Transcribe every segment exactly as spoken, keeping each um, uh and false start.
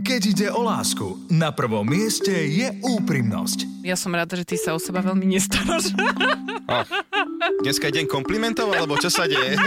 Keď ide o lásku, na prvom mieste je úprimnosť. Ja som rada, že ty sa o seba veľmi nestaráš. Oh, dneska je deň komplimentov, alebo čo sa deje?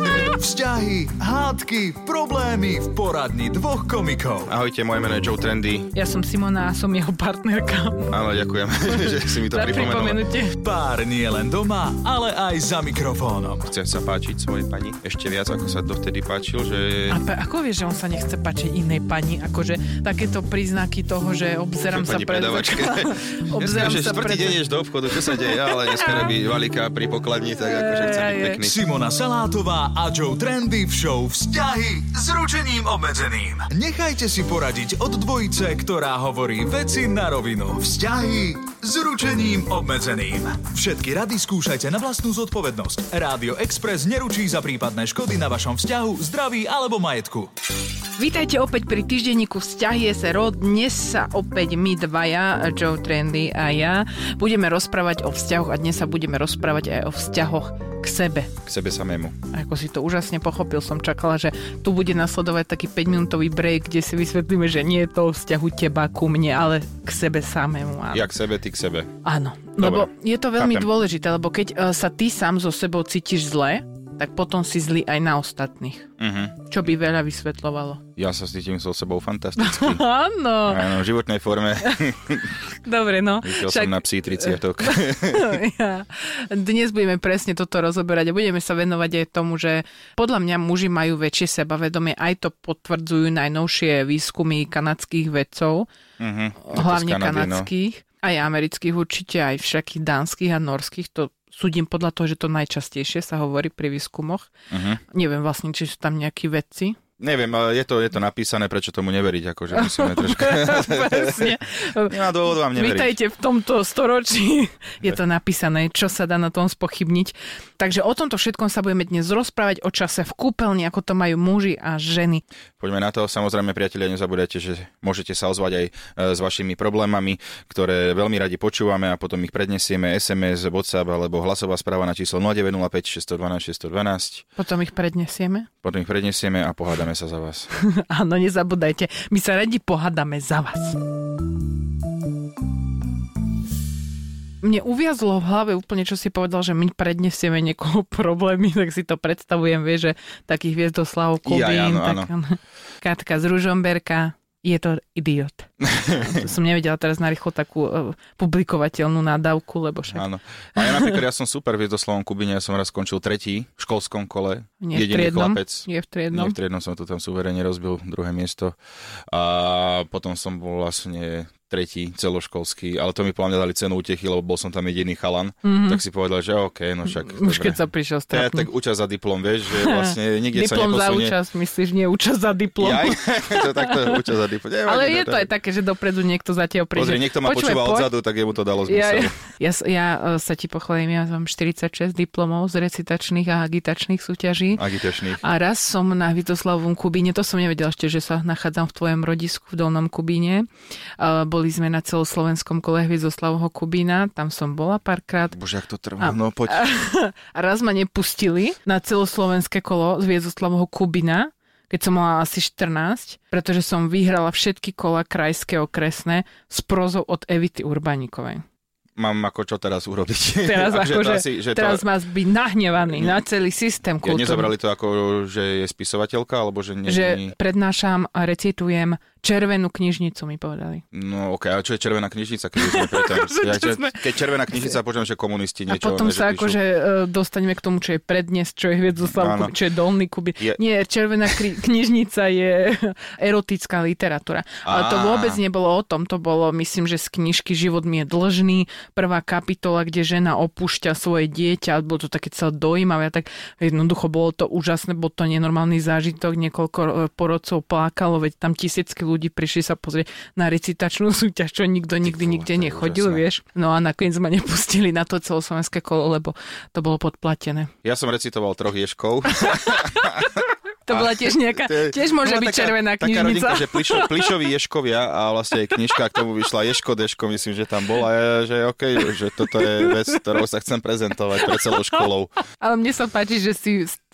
Vzťahy, hádky, problémy v poradni dvoch komikov. Ahojte, moje meno je Joe Trendy. Ja som Simona a som jeho partnerka. Áno, ďakujem, že si mi to pripomenula. Pár nie len doma, ale aj za mikrofónom. Chcem sa páčiť svojej pani ešte viac, ako sa dovtedy páčil, že... A pe- ako vieš, že on sa nechce páčiť inej pani? Akože takéto príznaky toho, že obzerám sa pred... obzerám dneska, že sa štvrtý pred... deň ješ do obchodu, čo sa deje, ale dneska robí valíka pri pokladni, tak akože chce byť pekný. Simona Salátová a Joe Trendy v show Vzťahy s ručením obmedzeným. Nechajte si poradiť od dvojice, ktorá hovorí veci na rovinu. Vzťahy s ručením obmedzeným. Všetky rady skúšajte na vlastnú zodpovednosť. Rádio Express neručí za prípadné škody na vašom vzťahu, zdraví alebo majetku. Vítajte opäť pri týždenníku Vzťahy es er o. Dnes sa opäť my dvaja, Joe Trendy a ja, budeme rozprávať o vzťahoch a dnes sa budeme rozprávať aj o vzťahoch k sebe. K sebe samému. A ako si to úžasne pochopil, som čakala, že tu bude nasledovať taký päťminútový break, kde si vysvetlíme, že nie je to vzťahu teba ku mne, ale k sebe samému. Áno. Ja k sebe, ty k sebe. Áno, Dobre. lebo je to veľmi Chápem. dôležité, lebo keď uh, sa ty sám so sebou cítiš zle, tak potom si zlý aj na ostatných. Uh-huh. Čo by veľa vysvetľovalo. Ja sa cítim so sebou fantasticky. Áno. Áno, v životnej forme. Dobre, no. Vyšiel Však... som na psí tridsiatok. ja. Dnes budeme presne toto rozoberať a budeme sa venovať aj tomu, že podľa mňa muži majú väčšie sebavedomie. Aj to potvrdzujú najnovšie výskumy kanadských vedcov. Uh-huh. Hlavne kanadských. Aj amerických určite, aj všakých dánskych a norských. To súdim podľa toho, že to najčastejšie sa hovorí pri výskumoch. Uh-huh. Neviem vlastne, či sú tam nejakí vedci. Neviem, ale je to, je to napísané, prečo tomu neveriť, akože musíme trošku... Presne. Nemá dôvodu vám neveriť. Vítajte v tomto storočí. Je to napísané, čo sa dá na tom spochybniť. Takže o tomto všetkom sa budeme dnes rozprávať, o čase v kúpeľni, ako to majú muži a ženy. Poďme na to. Samozrejme, priatelia, nezabudajte, že môžete sa ozvať aj s vašimi problémami, ktoré veľmi radi počúvame a potom ich prednesieme es em es, WhatsApp alebo hlasová správa na číslo nula deväť nula päť šesť jedna dva šesť jedna dva. Potom ich prednesieme. Potom ich prednesieme a pohádame sa za vás. Áno, nezabudajte. My sa radi pohádame za vás. Mne uviazlo v hlave úplne, čo si povedal, že my prednesieme niekoho problémy, tak si to predstavujem, vieš, že takých Hviezdoslav Kubín, ja, áno, tak, áno. Katka z Ružomberka. Je to idiot. Som nevedela teraz narýchlo takú uh, publikovateľnú nádavku, lebo však... Áno. A ja napríklad, ja som super Hviezdoslavom Kubíne, ja som raz skončil tretí v školskom kole. Nie v Jediný triednom. chlapec. Je v triednom. Nie v triednom, som to tam suverene rozbil, druhé miesto. A potom som bol vlastne tretí celoškolský, ale to mi podľa mňa dali cenu útechy, lebo bol som tam jediný chalan, mm-hmm. tak si povedal, že okej, okay, no však... Už dobre. keď sa prišiel strapný. Ja, tak účasť za diplom, vieš, že vlastne nikde sa diplom neposunie. Diplom za účasť, myslíš, nie účasť za diplom. Ja, to takto účasť za diplom. Ale je to aj také, že dopredu niekto za teba príde. Pozri, niekto ma Počúvaj, počúval poď. odzadu, tak jemu to dalo zmysel. Ja, ja, ja, ja sa ti pochválim, ja mám štyridsaťšesť diplomov z recitačných a agitačných súťaží. Agitačných. A raz som na Hviezdoslavovom Kubíne, to som nevedela ešte, že sa nachádzam v tvojom rodisku v Dolnom Kubíne. Uh, boli sme na celoslovenskom kole Hviezdoslavovho Kubína, tam som bola párkrát. Bože, jak to trvá, no poď. A raz ma nepustili na celoslovenské kolo z Hviezdoslavovho Kubína, keď som mala asi štrnásť, pretože som vyhrala všetky kola krajské okresné s prozou od Evity Urbánikovej. Mám ako čo teraz urobiť. Teraz akože, že teraz to... má byť nahnevaný na celý systém kultúrny. Ja nezobrali to ako, že je spisovateľka, alebo že... Nie, že nie... prednášam a recitujem červenú knižnicu, mi povedali. No okej, okay, a čo je červená knižnica? Keď, sme preto, ja, čo, keď červená knižnica, počujem, že komunisti niečo... A potom sa akože dostaneme k tomu, čo je prednes, čo je Hviezdoslav, čo je Dolný Kubín. Je... Nie, červená kri- knižnica je erotická literatúra. Ale to vôbec nebolo o tom, to bolo, myslím, že z knižky Život mi je dlžný, prvá kapitola, kde žena opúšťa svoje dieťa, bolo to také celé dojímavé, tak jednoducho bolo to úžasné, bol to nenormálny zážitok, niekoľko porodcov plakalo, veď tam tisícky ľudí prišli sa pozrieť na recitačnú súťaž, čo nikto nikdy Ty, nikde nechodil, úžasné. Vieš. No a nakoniec ma nepustili na to celoslovenské kolo, lebo to bolo podplatené. Ja som recitoval troch ježkov. To bola tiež nejaká, tiež môže byť taká, červená knižnica. Taká rodinka, že plišo, plišoví ježkovia a vlastne aj knižka k tomu vyšla Ježko Deško, myslím, že tam bola, a že okej, okay, že toto je vec, ktorou sa chcem prezentovať pre celou školou. Ale mne sa páči, že si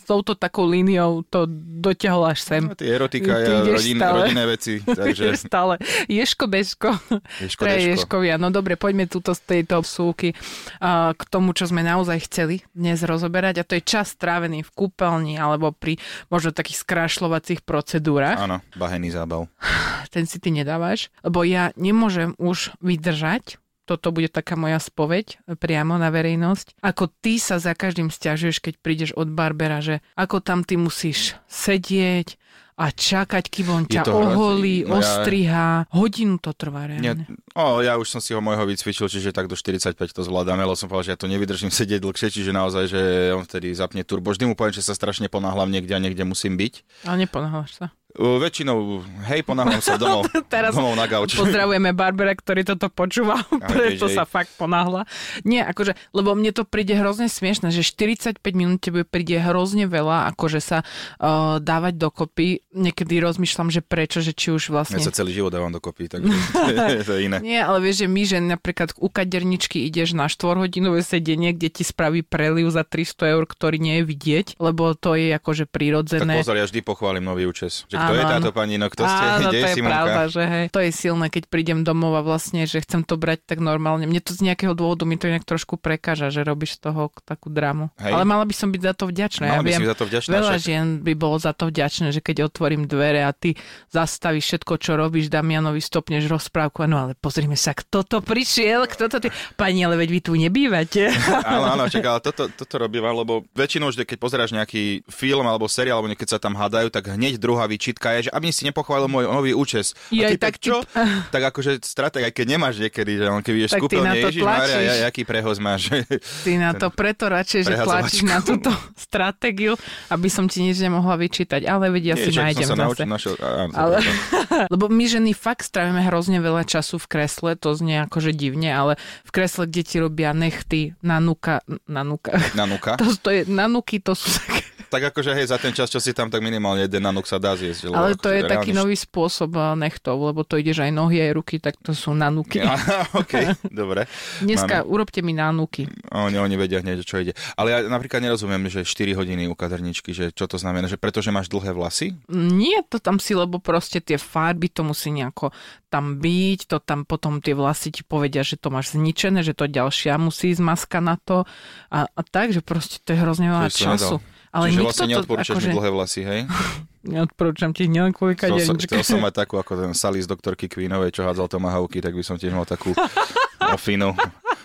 touto takou líniou to dotiahol až sem. No, ty erotika a rodin, rodinné veci. Takže... stále. Ješko, bežko. Ješko, bežko. Ješkovia. No dobre, poďme túto z tejto súky uh, k tomu, čo sme naozaj chceli dnes rozoberať. A to je čas strávený v kúpeľni alebo pri možno takých skrášľovacích procedúrach. Áno, bahený zábav. Ten si ty nedávaš, lebo ja nemôžem už vydržať. Toto bude taká moja spoveď priamo na verejnosť. Ako ty sa za každým sťažuješ, keď prídeš od barbera, že ako tam ty musíš sedieť a čakať, kým on ťa oholí, no ostrihá. Ja... Hodinu to trvá reálne. Ja, o, ja už som si ho môjho vycvičil, čiže tak do štyridsaťpäť to zvládame, lebo som povedal, že ja to nevydržím sedieť dlhšie, čiže naozaj, že on vtedy zapne turbo. Vždy mu poviem, že sa strašne ponáhľam niekde a niekde musím byť. Ale neponáhľaš sa. Uh, väčšinou, hej, ponáhľam sa domov, teraz domov na gauč. Pozdravujeme Barbera, ktorý toto počúval, preto sa fakt ponáhľa. Nie, akože, lebo mne to príde hrozne smiešne, že štyridsaťpäť minút tebe príde hrozne veľa, akože sa uh, dávať dokopy. Niekedy rozmýšľam, že prečo, že či už vlastne... Ja sa celý život dávam dokopy, takže to je iné. Nie, ale vieš, že my, že napríklad u kaderničky ideš na štvorhodinové sedenie, kde ti spraví preliv za tristo eur, ktorý nie je vidieť, lebo to je akože prirodzené. Tak pozor, ja vždy pochválim nový účes. Že kto áno, je táto pani, no kto ste? Áno, Kde to je je Simonka? pravda, že hej. To je silné, keď prídem domov a vlastne, že chcem to brať tak normálne. Mne to z nejakého dôvodu mi to inak trošku prekáža, že robíš z toho takú drámu. Hej. Ale mala by som byť za to vďačná. Mala ja by viem, si za to vďačná. Veľa však... žien by bolo za to vďačné, že keď otvorím dvere a ty zastavíš všetko, čo robíš, Damianovi stopneš rozprávku. No ale pozrime sa, kto to prišiel, kto to ty... Pani, ale veď vy tu nebývate. Áno, áno, čak, ale toto, toto robím, lebo väčšinou, že keď pozeráš nejaký film alebo seriál, alebo keď sa tam hádajú, tak hneď druhá výčitka je, že aby si nepochválil môj nový účes. A ty tak čo? Tak akože stratég, aj keď nemáš niekedy, že on keď ideš skúpeľne, Ježišmária, ja, jaký prehoz máš. Ty na to preto radšej, že tlačíš na túto stratégiu, aby som ti nič nemohla vyčítať. Ale veď ja si nájdem zase. Naučil, našiel, á, ale, lebo my ženy fakt strávime hrozne veľa času v kresle, to znie akože divne, ale v kresle, kde ti robia nechty, nanuka, nanuka. Nanuka? To, to je, nanuky, to sú také... Tak akože hej, za ten čas, čo si tam, tak minimálne jeden nanuk sa dá zjesť. Ale to je taký nový spôsob nechtov, lebo to ideš aj nohy, aj ruky, tak to sú nanuky. OK, dobre. Dneska Máme. urobte mi nanuky. Oni, oni vedia hneď, čo ide. Ale ja napríklad nerozumiem, že štyri hodiny u kaderničky, že čo to znamená, že pretože máš dlhé vlasy? Nie, to tam si, lebo proste tie farby, to musí nejako tam byť, to tam potom tie vlasy ti povedia, že to máš zničené, že to ďalšia musí ísť maska na to. A, a tak, že proste to je hrozne veľa času. Ale čiže vlastne neodporúčaš akože... mi dlhé vlasy, hej? Neodporúčam ti nielen kvôli kaderničke. Chcel som mať takú, ako ten Sally z doktorky Queenovej, čo hádzal tomahawky, tak by som tiež mal takú ofinu.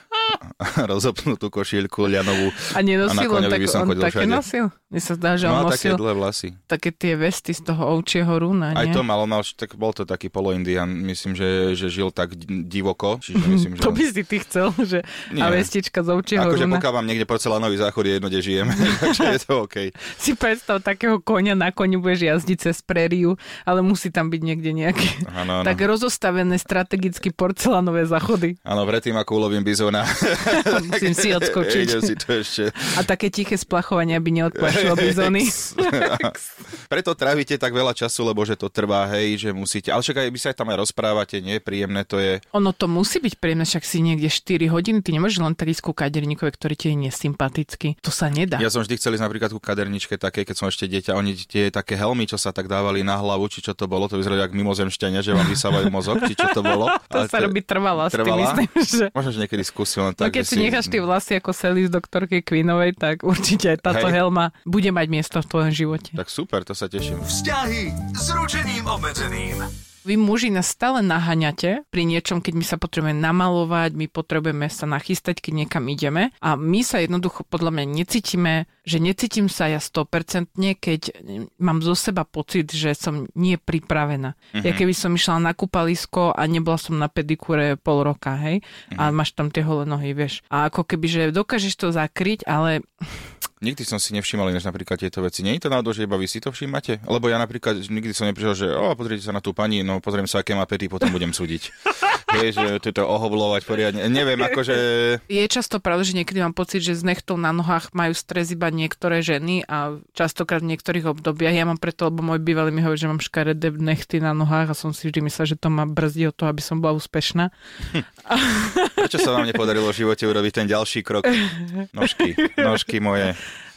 Rozopnutú košielku ľanovú. A nenosil on, tak, on také všade. Nosil? Mne sa zdá, že on mal nosil také dlhé vlasy. Také tie vesty z toho ovčieho rúna, nie? Aj to mal, mal tak bol to taký poloindian, myslím, že, že žil tak divoko. Čiže myslím, že to on... by si ty chcel, že nie. A vestička z ovčieho akože rúna. Akože pokiaľ vám niekde porcelánový záchod je jedno, kde žijeme, takže je to OK. Si predstav, takého koňa na koni budeš jazdiť cez prériu, ale musí tam byť niekde nejaké ano, ano. tak rozostavené strategicky porcelánové záchody. Áno, predtým ako ulovím bizóna. Musím si odskočiť. Si to ešte. A také tiché splachovanie, aby neodplašilo bizóny. Preto trávite tak veľa času, lebo že to trvá, hej, že musíte. Ale však aj vy sa tam aj rozprávate, nie? Príjemné to je. Ono to musí byť príjemné, však si niekde štyri hodiny, ty nemôžeš len tak ísť ku kaderníkovi, ktorý ti je nesympatický. To sa nedá. Ja som vždy chcel ísť napríklad ku kaderničke také, keď som ešte dieťa, oni tie také helmy, čo sa tak dávali na hlavu, či čo to bolo, to vyzeralo ako mimozemšťania, že vám vysávajú mozog, či čo to bolo. To ale sa robí trvala, trvala? Myslím, že... Možno, že niekedy skúsil len tak. No keď si necháš tie vlasy ako Sally z doktorky Queenovej, tak určite aj táto Hej. helma bude mať miesto v tvojom živote. Tak super, to sa teším. Vzťahy s ručením obmedzeným. Vy muži nás stále naháňate pri niečom, keď my sa potrebujeme namalovať, my potrebujeme sa nachystať, keď niekam ideme a my sa jednoducho podľa mňa necítime, že necítim sa ja sto percent, keď mám zo seba pocit, že som nie pripravená. Uh-huh. Ja keby som išla na kúpalisko a nebola som na pedikúre pol roka, hej, uh-huh. a máš tam tie holé nohy, vieš. A ako keby, že dokážeš to zakryť, ale... Nikdy som si nevšímal ináč napríklad tieto veci. Nie je to náhodou, že iba vy si to všímate? Lebo ja napríklad nikdy som neprišiel, že o, pozrite sa na tú pani, no pozriem sa, aké má pety, potom budem súdiť. Vieš, že toto ohovlovať poriadne. Neviem, akože... Je často pravda, že niekedy mám pocit, že z nechtov na nohách majú stres iba niektoré ženy a častokrát v niektorých obdobiach. Ja mám preto, lebo môj bývalý mi hovorí, že mám škaredé nechty na nohách a som si vždy myslela, že to ma brzdí od toho, aby som bola úspešná. Hm. Prečo sa vám nepodarilo v živote urobiť ten ďalší krok? Nožky, nožky moje.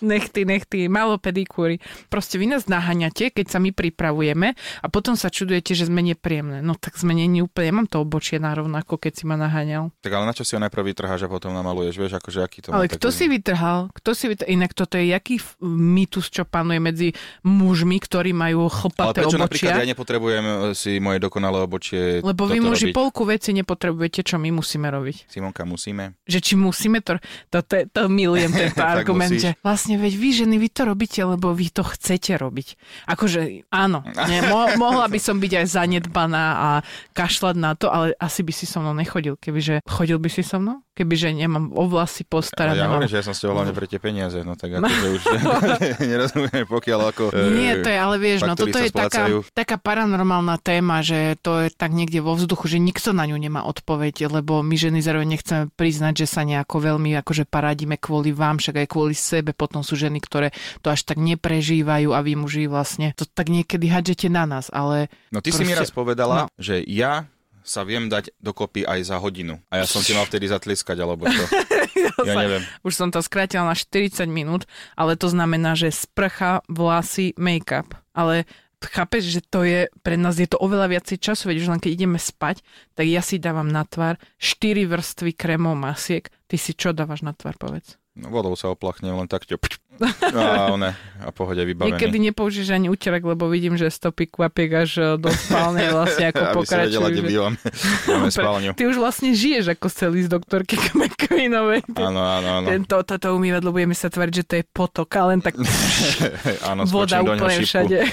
Nechty, nechty, málo pedikúry. Proste vy nás naháňate, keď sa my pripravujeme a potom sa čudujete, že sme nepríjemné. No tak sme nie úplne, ja mám to obočie narovnako, keď si ma naháňal. Tak ale na čo si ho najprv vytrháš a potom namaluješ, vieš, akože aký to ale má. kto taký... si vytrhal? Kto si vytrhal? Inak toto je jaký mýtus, čo panuje medzi mužmi, ktorí majú chlpaté obočia? Ale prečo obočia? Napríklad ja nepotrebujem si moje dokonalé obočie lebo vy muži robiť. Polku veci nepotrebujete, čo my musíme robiť. Simonka, musíme? Že či musíme to... To, to, to milujem tento argument, že vlastne veď vy ženy, vy to robíte, lebo vy to chcete robiť. Akože áno, nie, mo- mohla by som byť aj zanedbaná a kašľať na to, ale asi by si so mnou nechodil. Kebyže chodil by si so mnou? Kebyže nemám o vlasy postarané. Ja hovorím, že ja som s tebou hlavne pre tie peniaze, no tak akože už nerozumiem, pokiaľ ako... Nie, to je, ale vieš, no toto je taká, taká paranormálna téma, že to je tak niekde vo vzduchu, že nikto na ňu nemá odpoveď, lebo my ženy zároveň nechceme priznať, že sa nejako veľmi akože paradíme kvôli vám, však aj kvôli sebe. Potom sú ženy, ktoré to až tak neprežívajú a vy muži vlastne to tak niekedy hádžete na nás, ale... No ty proste... si mi raz povedala, no. že ja sa viem dať dokopy aj za hodinu. A ja som ti mal vtedy zatliskať, alebo čo? Ja neviem. Už som to skrátila na štyridsať minút, ale to znamená, že sprcha, vlasy, make-up. Ale chápeš, že to je, pre nás je to oveľa viacej času, veď už len keď ideme spať, tak ja si dávam na tvár štyri vrstvy krémov, masiek. Ty si čo dávaš na tvár, povedz? No, vodou sa oplachnem, len tak ťo... A, ne, a pohode vybavený. Niekedy nepoužiješ ani úterek, lebo vidím, že stopy kvapiek až do spálne vlastne ako pokračujú. Aby si vedela, kde bývam. Máme spálňu. Ty už vlastne žiješ ako celý z doktorky McQueenovej. Áno, áno, áno. Tento, toto umývadlo budeme sa tvariť, že to je potok, a len tak áno, voda úplne všade.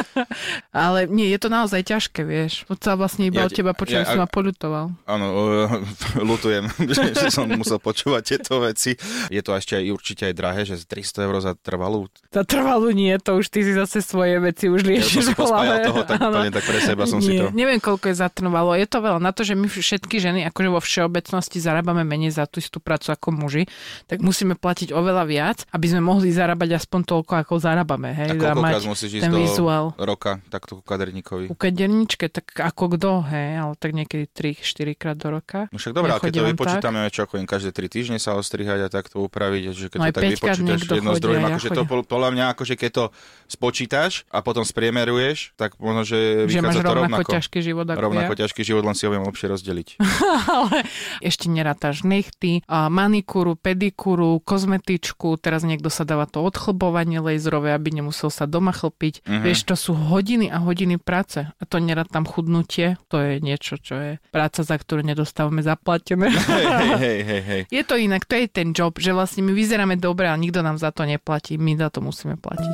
Ale nie, je to naozaj ťažké, vieš. To sa vlastne iba ja, od teba počujem, ja, som ma poľutoval. Áno, uh, ľutujem, že som musel počúvať tieto veci. Je to ešte aj určite aj drahé, že tristo eur za trvalú. Za trvalú nie, to už ty si zase svoje veci už liešiš v hlave. Ja toho, tak, tak pre seba som nie, si to... Neviem, koľko je za trvalo. Je to veľa. Na to, že my všetky ženy, akože vo všeobecnosti zarábame menej za tú istú prácu ako muži, tak musíme platiť oveľa viac, aby sme mohli zarábať aspoň toľko, ako zarábame. Hej, a koľkokrát musíš ísť do vizuál. Roka takto ku kaderníkovi? U kaderníčke, tak ako kto, hej, ale tak niekedy tri štyri krát do roka. No však dobré, ale keď to vypočítame, čo ako každé tri týždne sa ostrihať a takto upraviť, že keď no to tak vypočítaš jedno s druhým, akože to podľa mňa, akože keď to spočítaš a potom spriemeruješ, tak možno, že vychádza to rovnako. rovnako ťažký život ako rovnako ja. ťažký život, len si ho viem lepšie rozdeliť. Ale ešte nerátaš nechty, manikúru, pedikúru, kozmetičku, teraz niekto sa dáva to odchlbovanie laserové, aby nemusel sa doma chlpiť. Uh-huh. Vieš, to sú hodiny a hodiny práce. A to nerátam chudnutie, to je niečo, čo je práca, za ktorú nedostávame zaplatené. Hej, hej, hej, hej. Je to inak, to je ten job, že vlastne my vyzeráme dobre a nikto nám za to neplatí. My za to musíme platiť.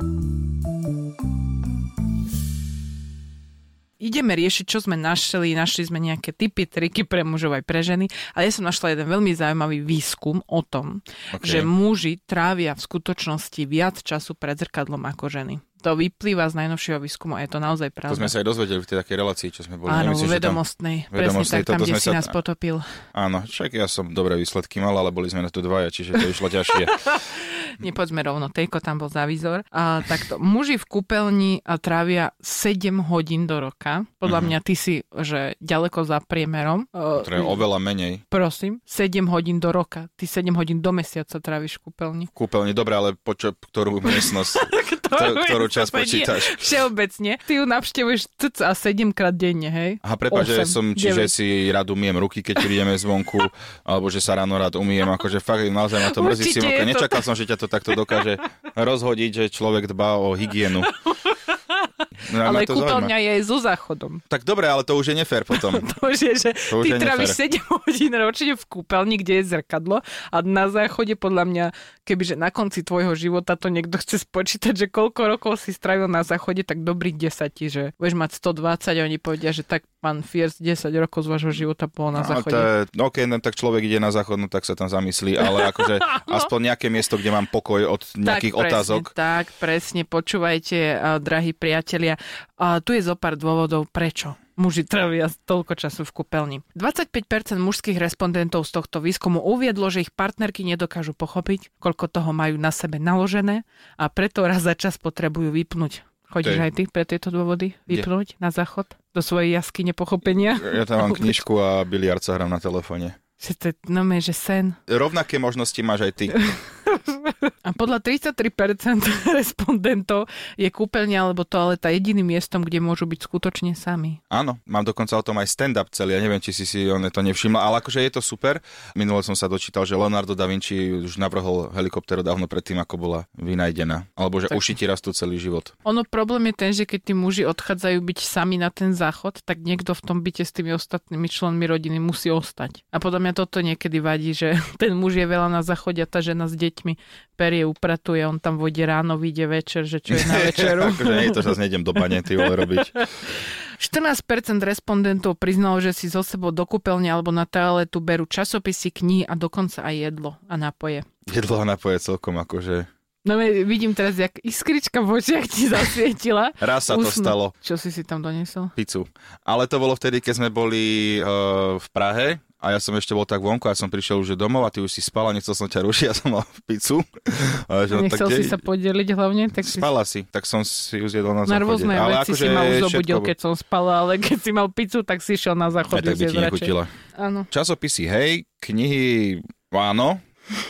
Ideme riešiť, čo sme našli. Našli sme nejaké tipy, triky pre mužov aj pre ženy. Ale ja som našla jeden veľmi zaujímavý výskum o tom, okay. že muži trávia v skutočnosti viac času pred zrkadlom ako ženy. To vyplýva z najnovšieho výskumu a je to naozaj pravda. To sme sa aj dozvedeli v tej takej relácii, čo sme boli. Áno, v vedomostnej. Presne tak, tam, kde si sa... nás potopil. Áno, však ja som dobré výsledky mal, ale boli sme na to dvaja, čiže to išlo ťažšie. Nepoďme rovno, Tejko tam bol za výzor. A, takto, muži v kúpeľni trávia sedem hodín do roka. Podľa mm-hmm. mňa ty si, že ďaleko za priemerom. To je oveľa menej. Prosím, sedem hodín do roka. Ty sedem hodín do mesiaca tráviš v kúpeľni. V kúpeľni, dobre, ale počo, ktorú miestnosť, ktorú čas počítaš? Všeobecne. Ty ju navštevuješ cca sedemkrát denne, hej? Aha, prepáč, že som, čiže si rád umiem ruky, keď prídeme zvonku, alebo že sa ráno rád umiem, akože fakt naozaj ma to mrzí. Simonka, nečakal som, že ťa to takto dokáže rozhodiť, že človek dbá o hygienu. No, ale kúpeľňa je aj so záchodom. Tak dobre, ale to už je nefér potom. To už je, že to ty tráviš sedem hodín ročne v kúpeľni, kde je zrkadlo a na záchode podľa mňa, kebyže na konci tvojho života to niekto chce spočítať, že koľko rokov si strávil na záchode, tak dobrých desať, že budeš mať sto dvadsať a oni povedia, že tak pán Fierst desať rokov z vášho života bol na záchode. No, ok, tak človek ide na záchod, no tak sa tam zamyslí, ale akože aspoň nejaké miesto, kde mám pokoj od nejakých tak, otázok. Presne, tak, presne, počúvajte, drahí priatelia. A tu je zo pár dôvodov, prečo muži trávia toľko času v kúpeľni. dvadsaťpäť percent mužských respondentov z tohto výskumu uviedlo, že ich partnerky nedokážu pochopiť, koľko toho majú na sebe naložené a preto raz za čas potrebujú vypnúť. Chodíš aj ty pre tieto dôvody vypnúť Kde? na záchod do svojej jaskyne pochopenia? Ja tam mám knižku a biliard sa hrám na telefóne. Že to je, no, že sen. Rovnaké možnosti máš aj ty. A podľa tridsaťtri percent respondentov je kúpeľňa alebo toaleta jediným miestom, kde môžu byť skutočne sami. Áno, mám dokonca o tom aj stand-up celý. Ja neviem, či si si on to nevšimla, ale akože je to super. Minule som sa dočítal, že Leonardo da Vinci už navrhol helikoptéru dávno predtým, ako bola vynajdená. Alebo že tak uši ti rastú celý život. Ono problém je ten, že keď tí muži odchádzajú byť sami na ten záchod, tak niekto v tom byte s tými ostatnými členmi rodiny musí ostať. A podľa mňa toto niekedy vadí, že ten muž je veľa na záchode a tá žena s deťmi perie, upratuje, on tam vode ráno, vyjde večer, že čo je na večeru. Akože nie, to zase nejdem do bane, ty vole, robiť. štrnásť percent respondentov priznalo, že si zo sebou do kúpeľne alebo na toaletu berú časopisy, knihy a dokonca aj jedlo a nápoje. Jedlo a nápoje celkom akože... No vidím teraz, jak iskrička v očiach ti zasvietila. Raz sa to Usnú. stalo. Čo si si tam doniesol? Pizzu. Ale to bolo vtedy, keď sme boli uh, v Prahe a ja som ešte bol tak vonku a som prišiel už domov a ty už si spala, nechcel som ťa rušiť, ja som mal pizzu. A že, no, nechcel tak, si sa podeliť hlavne? Tak spala si... si, tak som si ju zjedol na záchode. Na rôzne ale veci akože si ma už zobudil, všetko... keď som spala, ale keď si mal pizzu, tak si išiel na záchod. Aj tak by ti nechutila. Áno. Časopisy, hej, knihy, áno,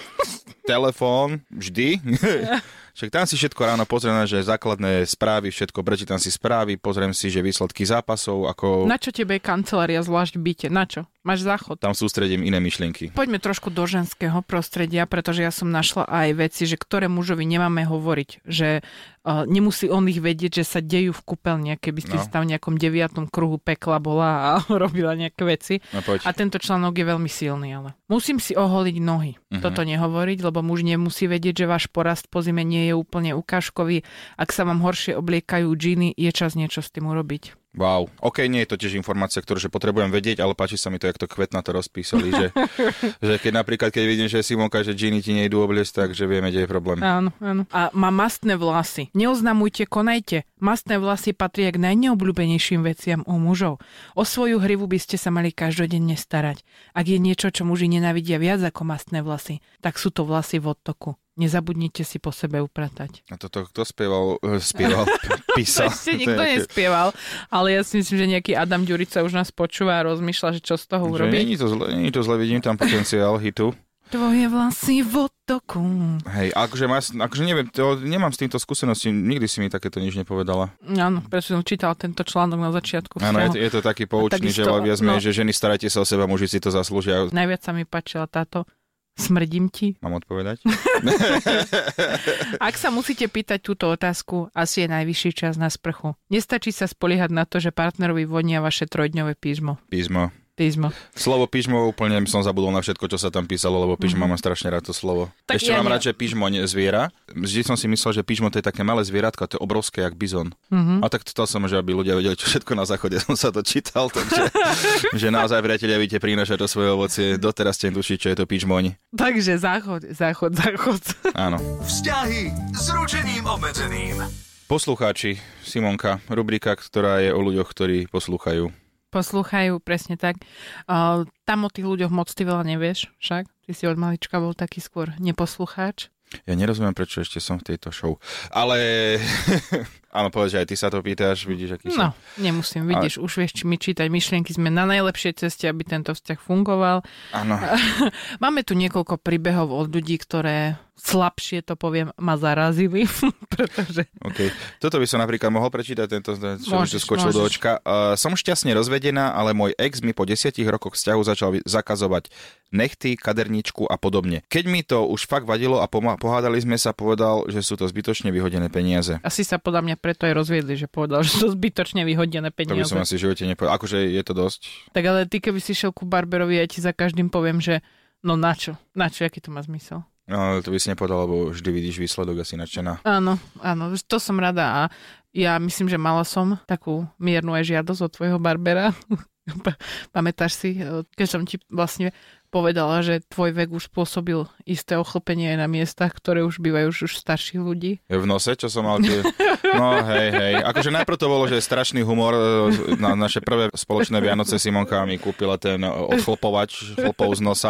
telefón, vždy. Však tam si všetko ráno pozriem, že základné správy, všetko, prečítam si správy, pozriem si, že výsledky zápasov, ako... Na čo tebe je kancelária zvlášť v byte? Na čo? Máš záchod? Tam sústredím iné myšlienky. Poďme trošku do ženského prostredia, pretože ja som našla aj veci, že ktoré mužovi nemáme hovoriť, že uh, nemusí on ich vedieť, že sa dejú v kúpeľni, keby si no. tam v nejakom deviatom kruhu pekla bola a robila nejaké veci. No, a tento článok je veľmi silný, ale musím si oholiť nohy. Uh-huh. Toto nehovoriť, lebo muž nemusí vedieť, že váš porast po zime nie je úplne ukážkový. Ak sa vám horšie obliekajú džíny, je čas niečo s tým urobiť. Wow. OK, nie je to tiež informácia, ktorú že potrebujem vedieť, ale páči sa mi to, jak to Kvetna to rozpísali, že, že keď napríklad, keď vidím, že Simonka, že džíny ti nejdú obliecť, takže vieme, kde je problém. Áno, áno. A má mastné vlasy. Neoznamujte, konajte. Mastné vlasy patria k najneobľúbenejším veciam u mužov. O svoju hrivu by ste sa mali každodenne starať. Ak je niečo, čo muži nenávidia viac ako mastné vlasy, tak sú to vlasy v odtoku. Nezabudnite si po sebe upratať. A toto kto spieval? Spieval, písal. Ešte nikto nespieval, ale ja si myslím, že nejaký Adam Ďurica už nás počúva a rozmýšľa, že čo z toho urobí. Nie je to zle, nie je to zle, vidím tam potenciál hitu. Tvoje vlasy v odtoku. Hej, akože, ma, akože neviem, to, nemám s týmto skúsenosti, nikdy si mi takéto nič nepovedala. Áno, preto som čítal tento článok na začiatku. Áno, je, je to taký poučný, že viac menej, no, že ženy starajte sa o seba, muži si to zaslúžia. Najviac sa mi páčila táto. Smrdím ti? Mám odpovedať? Ak sa musíte pýtať túto otázku, asi je najvyšší čas na sprchu. Nestačí sa spoliehať na to, že partnerovi vonia vaše trojdňové pížmo. Pížmo. Pížmo. Slovo pížmo úplne som zabudol na všetko, čo sa tam písalo, lebo pížmo mm-hmm. mám strašne rád to slovo. Tak ešte ja mám nie. rád, že pížmo nie zviera. Vždy som si myslel, že pížmo to je také malé zvieratko, to je obrovské, jak bizon. Mm-hmm. A tak to som, že aby ľudia vedeli, čo všetko na záchode som sa to čítal, takže že naozaj, priatelia, vidíte, prinášať to svoje ovocie. Doteraz ste tušiť, čo je to pížmoň. Takže záchod, záchod, záchod. Áno. Vzťahy s ručením obmedzeným. Poslucháči, Simonka, rubrika, ktorá je o ľuďoch, ktorí poslúchajú. Poslúchajú, presne tak. Uh, tam o tých ľuďoch moc ty veľa nevieš, však? Ty si od malička bol taký skôr neposlucháč. Ja nerozumiem, prečo ešte som v tejto show. Ale áno, povedz, že aj ty sa to pýtaš, vidíš, aký som. No, nemusím, vidíš, ale... už vieš, či mi čítať myšlienky, sme na najlepšej ceste, aby tento vzťah fungoval. Áno. Máme tu niekoľko príbehov od ľudí, ktoré slabšie, to poviem, ma zarazili, pretože... OK. Toto by som napríklad mohol prečítať, tento, čo môžeš, by skočil môžeš. do očka. Uh, som šťastne rozvedená, ale môj ex mi po desiatich rokoch vzťahu začal zakazovať nechty, kaderničku a podobne. Keď mi to už fakt vadilo a pohádali sme sa, povedal, že sú to zbytočne vyhodené peniaze. Asi sa podľa mňa preto aj rozviedli, že povedal, že sú zbytočne vyhodené peniaze. To by som asi v živote nepovedal. Akože je to dosť. Tak ale ty, keby si šiel ku barberovi, ja ti za každým poviem, že no na čo? Na čo? Aký to má zmysel? No, to by si nepovedal, lebo vždy vidíš výsledok, asi nadšená. Áno, áno, to som rada a ja myslím, že mala som takú miernu aj žiadosť od tvojho barbera. Pamätáš si, keď som ti vlastne povedala, že tvoj vek už spôsobil isté ochlpenie aj na miestach, ktoré už bývajú už, už starších ľudí. V nose, čo som mal tie... No hej, hej. Akože najprv to bolo, že strašný humor. Na naše prvé spoločné Vianoce Simonka mi kúpila ten odchlpovač chlpov z nosa.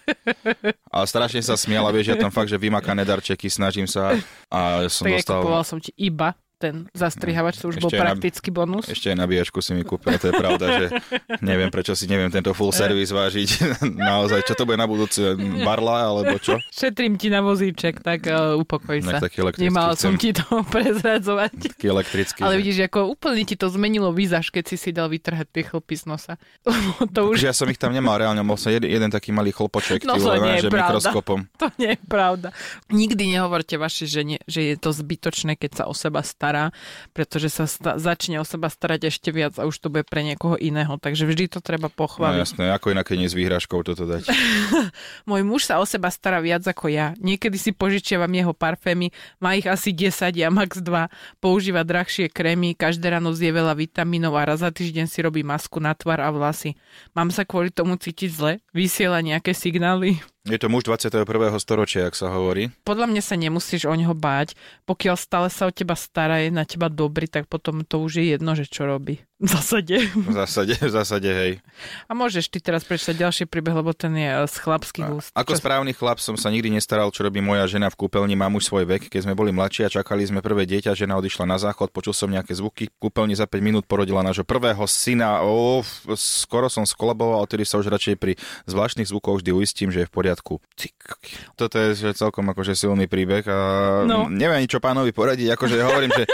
A strašne sa smiala, vieš, ja tam fakt, že vymakané darčeky, snažím sa a som tak dostal... kupoval som ti iba ten zastrihávač, to už ešte bol praktický na, bonus. Ešte aj nabíjačku si mi kúpil, to je pravda, že neviem, prečo si neviem tento full service vážiť. Naozaj, čo to bude na budúce? Barla, alebo čo? Šetrím ti na vozíček, tak uh, upokoj sa. Nemala som ti to prezradzovať. Taký elektrický. Ale vidíš, ako úplne ti to zmenilo výzaž, keď si si dal vytrhať tie chlpy z nosa. to už... Ja som ich tam nemal reálne, mal som jeden, jeden taký malý chlpoček, no, to nie je pravda. Mikroskopom. To nie je pravda. Nikdy nehovorte vašej žene, že je to zbytočné, keď sa o seba stará, pretože sa sta- začne o seba starať ešte viac a už to bude pre niekoho iného. Takže vždy to treba pochváliť. No jasné, ako inak nie s výhražkou toto dať. Môj muž sa o seba stará viac ako ja. Niekedy si požičiavam jeho parfémy, má ich asi desať, ja max dva. Používa drahšie krémy, každé ráno zje veľa vitamínov a raz za týždeň si robí masku na tvár a vlasy. Mám sa kvôli tomu cítiť zle? Vysiela nejaké signály? Je to muž dvadsiateho prvého storočia, ak sa hovorí. Podľa mňa sa nemusíš o neho báť. Pokiaľ stále sa o teba stará, je na teba dobrý, tak potom to už je jedno, že čo robí. V zásade. V zásade, v zásade, hej. A môžeš ty teraz prečítať ďalší príbeh, lebo ten je z chlapských úst. Ako čo... správny chlap som sa nikdy nestaral, čo robí moja žena v kúpeľni. Mám už svoj vek. Keď sme boli mladší a čakali sme prvé dieťa, žena odišla na záchod, počul som nejaké zvuky. V kúpeľni za päť minút porodila nášho prvého syna. Ó, skoro som skolaboval, odtedy sa už radšej pri zvláštnych zvukoch vždy uistím, že je v poriadku. Toto je že celkom akože silný príbeh a no. Neviem ani čo pánovi poradiť, akože hovorím, že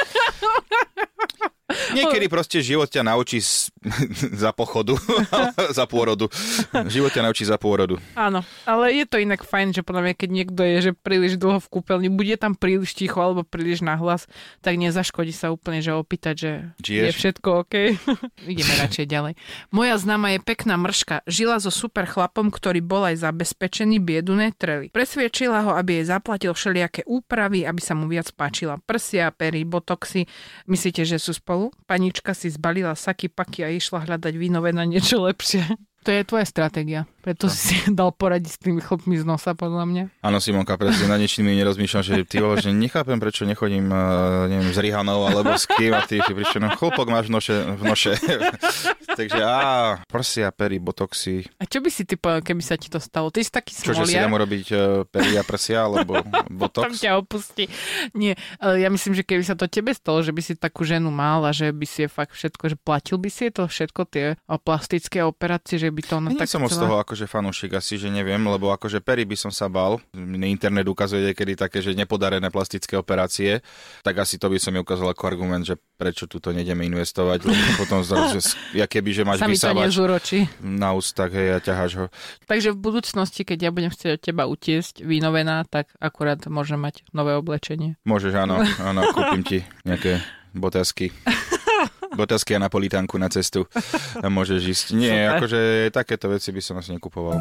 niekedy proste život ťa naučí z... za pochodu, za pôrodu. Život ťa naučí za pôrodu. Áno, ale je to inak fajn, že podľa mňa, keď niekto je, že príliš dlho v kúpeľni, bude tam príliš ticho alebo príliš nahlas, tak nezaškodí sa úplne, že opýtať, že Žiješ? Je všetko OK. Ideme radšej ďalej. Moja známa je pekná mrška. Žila so super chlapom, ktorý bol aj zabezpečený, biedu netreli. Presviečila ho, aby jej zaplatil všelijaké úpravy, aby sa mu viac páčila prsia, pery, botoxy. Myslíte, že sú spolu? Panička si zbalila saky, paky a išla hľadať vínové na niečo lepšie. To je tvoja stratégia. Preto no. si dal poradiť s tými chlpmi z nosa, podľa mňa. Áno, Simonka, presne na niečím nerozmýšľam, že ty vole, že nechápem, prečo nechodím, uh, neviem, s Rihanou alebo s kým a ty, ty prišli, no chlpok máš v noše. V noše. Takže á, prsia, pery, botoxy. A čo by si ty povedal, keby sa ti to stalo? Ty si taký smoliar. Čože si dám robiť uh, pery a prsia, alebo botox? Tam ťa opustí. Nie, ale ja myslím, že keby sa to tebe stalo, že by si takú ženu mal a že by si je fakt všetko, že platil by si to všetko tie plastické operácie, že by to ona ja tak som z toho akože fanúšik, asi, že neviem, lebo akože pery by som sa bal. Internet ukazuje kedy také, že nepodarené plastické operácie, tak asi to by som mi ukázal ako argument, že prečo tu to nejdeme investovať, lebo potom zrazu, ja keby, že máš vysávač na ústach, hej, a ťaháš ho. Takže v budúcnosti, keď ja budem chcieť od teba utiesť vínovená, tak akurát môžem mať nové oblečenie. Môžeš, áno, áno, kúpim ti nejaké botasky. Botasky a napolitánku na cestu a môžeš ísť. Nie, super. Akože takéto veci by som asi nekupoval.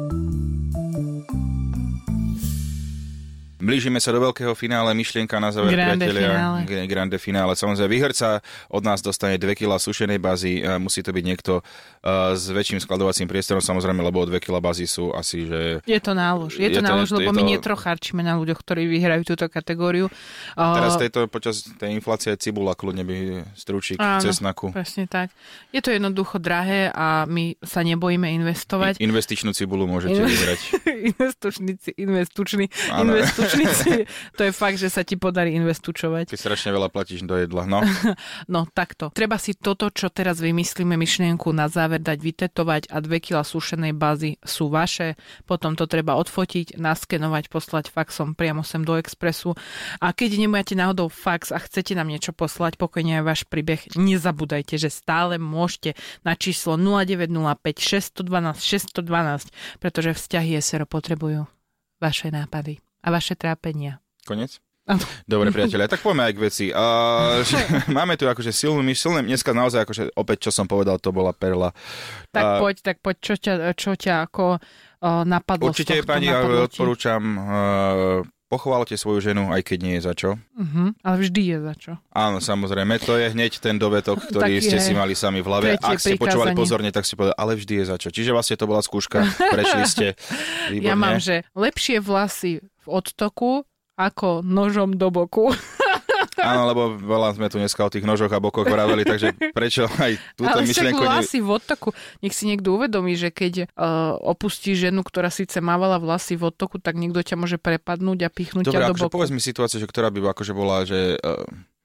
Blížime sa do veľkého finále, myšlienka na záver, grande priatelia. Finále. Grande finále. Samozrejme, výherca od nás dostane dve kilá sušenej bazy. Musí to byť niekto uh, s väčším skladovacím priestorom, samozrejme, lebo dve kilá bazy sú asi, že... Je to nálož. Je, je to nálož, lebo my to... netrochárčime na ľuďoch, ktorí vyhrajú túto kategóriu. Uh... Teraz tejto, počas tej inflácie cibula, kľudne by strúčik, áno, cesnaku. Presne tak. Je to jednoducho drahé a my sa nebojíme investovať. In- investičnú cibulu môžete In... vyhrať. Investučníci, investučný, investučný. To je fakt, že sa ti podarí investučovať. Keď strašne veľa platíš do jedla, no. No, takto. Treba si toto, čo teraz vymyslíme, myšlienku na záver dať vytetovať a dve kilá sušenej bazy sú vaše. Potom to treba odfotiť, naskenovať, poslať faxom priamo sem do Expressu. A keď nemáte náhodou fax a chcete nám niečo poslať, pokojne aj váš príbeh, nezabúdajte, že stále môžete na číslo nula deväť nula päť šesť jedna dva šesť jedna dva, pretože vzťahy es er o potrebujú vaše nápady a vaše trápenia. Konec? Dobre, priatelia, tak poďme aj k veci. Uh, máme tu akože silnú myš, silné, dneska naozaj akože opäť, čo som povedal, to bola perla. Tak uh, poď, tak poď, čo ťa, čo ťa ako uh, napadlo určite, z tohto? Určite, pani, napadlo odporúčam, uh, pochválte svoju ženu, aj keď nie je za čo. Uh-huh, ale vždy je za čo. Áno, samozrejme, to je hneď ten dovetok, ktorý ste si mali sami v hlave. Ak ste počúvali pozorne, tak si povedali, ale vždy je za čo. Čiže vlastne to bola skúška, prešli ste. Výborné. Ja mám, že lepšie vlasy v odtoku ako nožom do boku. Áno, lebo veľa sme tu dneska o tých nožoch a bokoch vraveli, takže prečo aj túto ale myšlienku... Ale vlasy v odtoku, nech si niekto uvedomí, že keď uh, opustí ženu, ktorá síce mávala vlasy v odtoku, tak niekto ťa môže prepadnúť a pichnúť dobre, ťa do akože boku. Povedz mi situáciu, že ktorá by akože bola, že... Uh,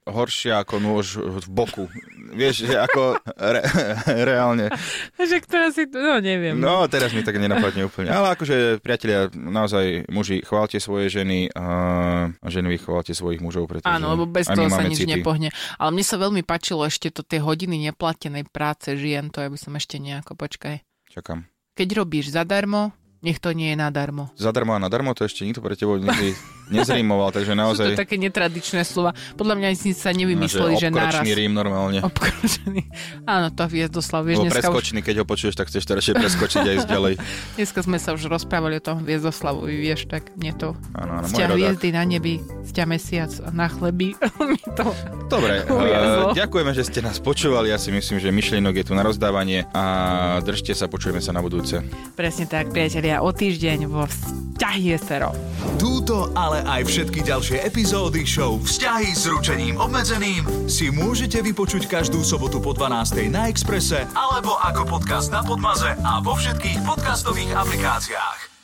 horšia ako nôž v boku. Vieš, že ako re, reálne. Že ktorá si, no neviem. No, teraz mi tak nenapadne úplne. Ale akože, priatelia, naozaj, muži, chválte svoje ženy a ženy, chválte svojich mužov, pretože áno, lebo bez toho sa nič city. nepohne. Ale mne sa veľmi páčilo ešte to tie hodiny neplatenej práce žien, to ja by som ešte nejako, počkaj. Čakám. Keď robíš zadarmo, nech to nie je nadarmo. Zadarmo a nadarmo, to ešte nikto pre tebou nikdy nezrímoval, takže naozaj... Sú to také netradičné slova. Podľa mňa sa nevymysleli, no, že, že naraz. Obkročný rím normálne. Obkročný. Áno, to Hviezdoslav. Vieš, preskočný, už... keď ho počuješ, tak chceš to radšej preskočiť aj ísť ďalej. Dneska sme sa už rozprávali o tom Hviezdoslavovi, vieš, tak mne to... Áno, áno, sťa hviezdy na nebi, sťa mesiac na chleby. to Dobre, uh, ďakujeme, že ste nás počúvali. Ja si myslím, že myšlienok je tu na rozdávanie a držte sa, počujeme sa na budúce. Presne tak, priatelia, o týždeň vo Vzťahy es er o. Túto, ale aj všetky ďalšie epizódy show Vzťahy s ručením obmedzeným si môžete vypočuť každú sobotu po dvanástej na Expresse alebo ako podcast na Podmaze a vo všetkých podcastových aplikáciách.